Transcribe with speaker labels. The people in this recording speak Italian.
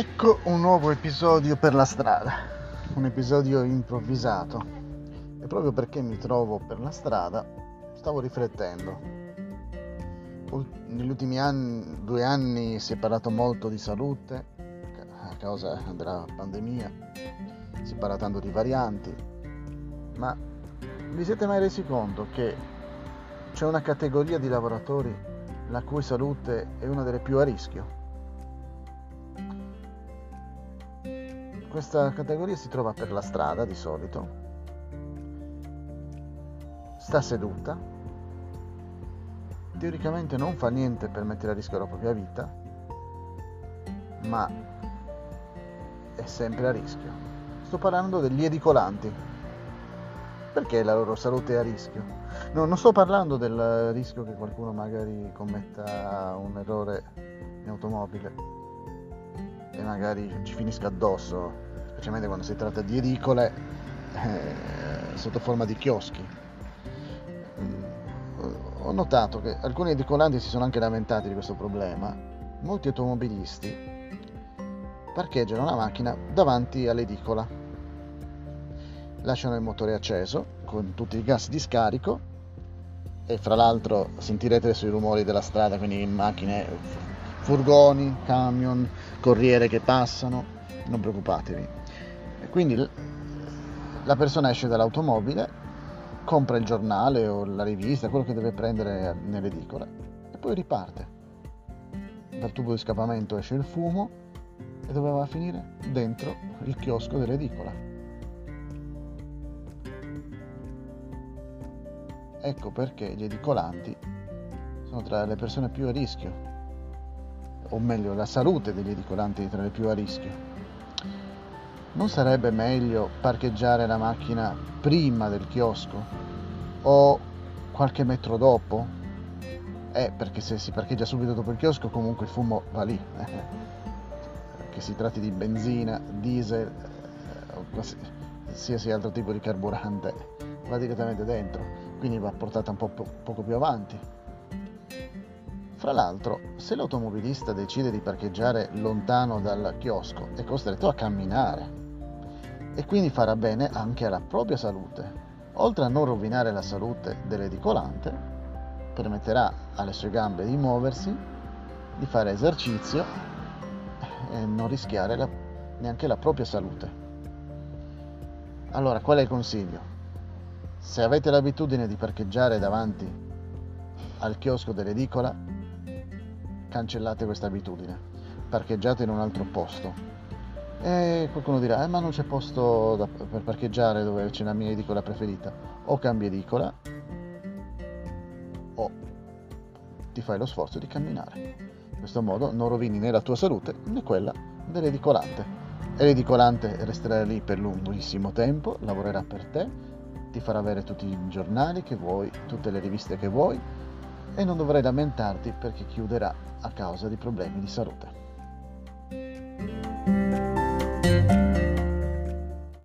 Speaker 1: Ecco un nuovo episodio per la strada, un episodio improvvisato, e proprio perché mi trovo per la strada stavo riflettendo. Negli ultimi 2 anni si è parlato molto di salute a causa della pandemia, si parla tanto di varianti, ma vi siete mai resi conto che c'è una categoria di lavoratori la cui salute è una delle più a rischio? Questa categoria si trova per la strada di solito, sta seduta, teoricamente non fa niente per mettere a rischio la propria vita, ma è sempre a rischio. Sto parlando degli edicolanti. Perché la loro salute è a rischio? No, non sto parlando del rischio che qualcuno magari commetta un errore in automobile e magari ci finisca addosso, specialmente quando si tratta di edicole sotto forma di chioschi. Ho notato che alcuni edicolanti si sono anche lamentati di questo problema. Molti automobilisti parcheggiano la macchina davanti all'edicola, lasciano il motore acceso con tutti i gas di scarico e fra l'altro sentirete sui rumori della strada, quindi macchine, furgoni, camion, corriere che passano, non preoccupatevi. E quindi la persona esce dall'automobile, compra il giornale o la rivista, quello che deve prendere nell'edicola, e poi riparte. Dal tubo di scappamento esce il fumo e dove va a finire? Dentro il chiosco dell'edicola. Ecco perché gli edicolanti sono tra le persone più a rischio, o meglio, la salute degli edicolanti è tra le più a rischio. Non sarebbe meglio parcheggiare la macchina prima del chiosco o qualche metro dopo? Perché se si parcheggia subito dopo il chiosco comunque il fumo va lì, che si tratti di benzina, diesel o qualsiasi altro tipo di carburante, va direttamente dentro, quindi va portata un po' poco più avanti. Fra l'altro, se l'automobilista decide di parcheggiare lontano dal chiosco è costretto a camminare e quindi farà bene anche alla propria salute. Oltre a non rovinare la salute dell'edicolante, permetterà alle sue gambe di muoversi, di fare esercizio e non rischiare neanche la propria salute. Allora, qual è il consiglio? Se avete l'abitudine di parcheggiare davanti al chiosco dell'edicola, cancellate questa abitudine, parcheggiate in un altro posto. E qualcuno dirà, ma non c'è posto per parcheggiare dove c'è la mia edicola preferita. O cambi edicola o ti fai lo sforzo di camminare. In questo modo non rovini né la tua salute né quella dell'edicolante. E l'edicolante resterà lì per lunghissimo tempo, lavorerà per te, ti farà avere tutti i giornali che vuoi, tutte le riviste che vuoi, e non dovrai lamentarti perché chiuderà a causa di problemi di salute.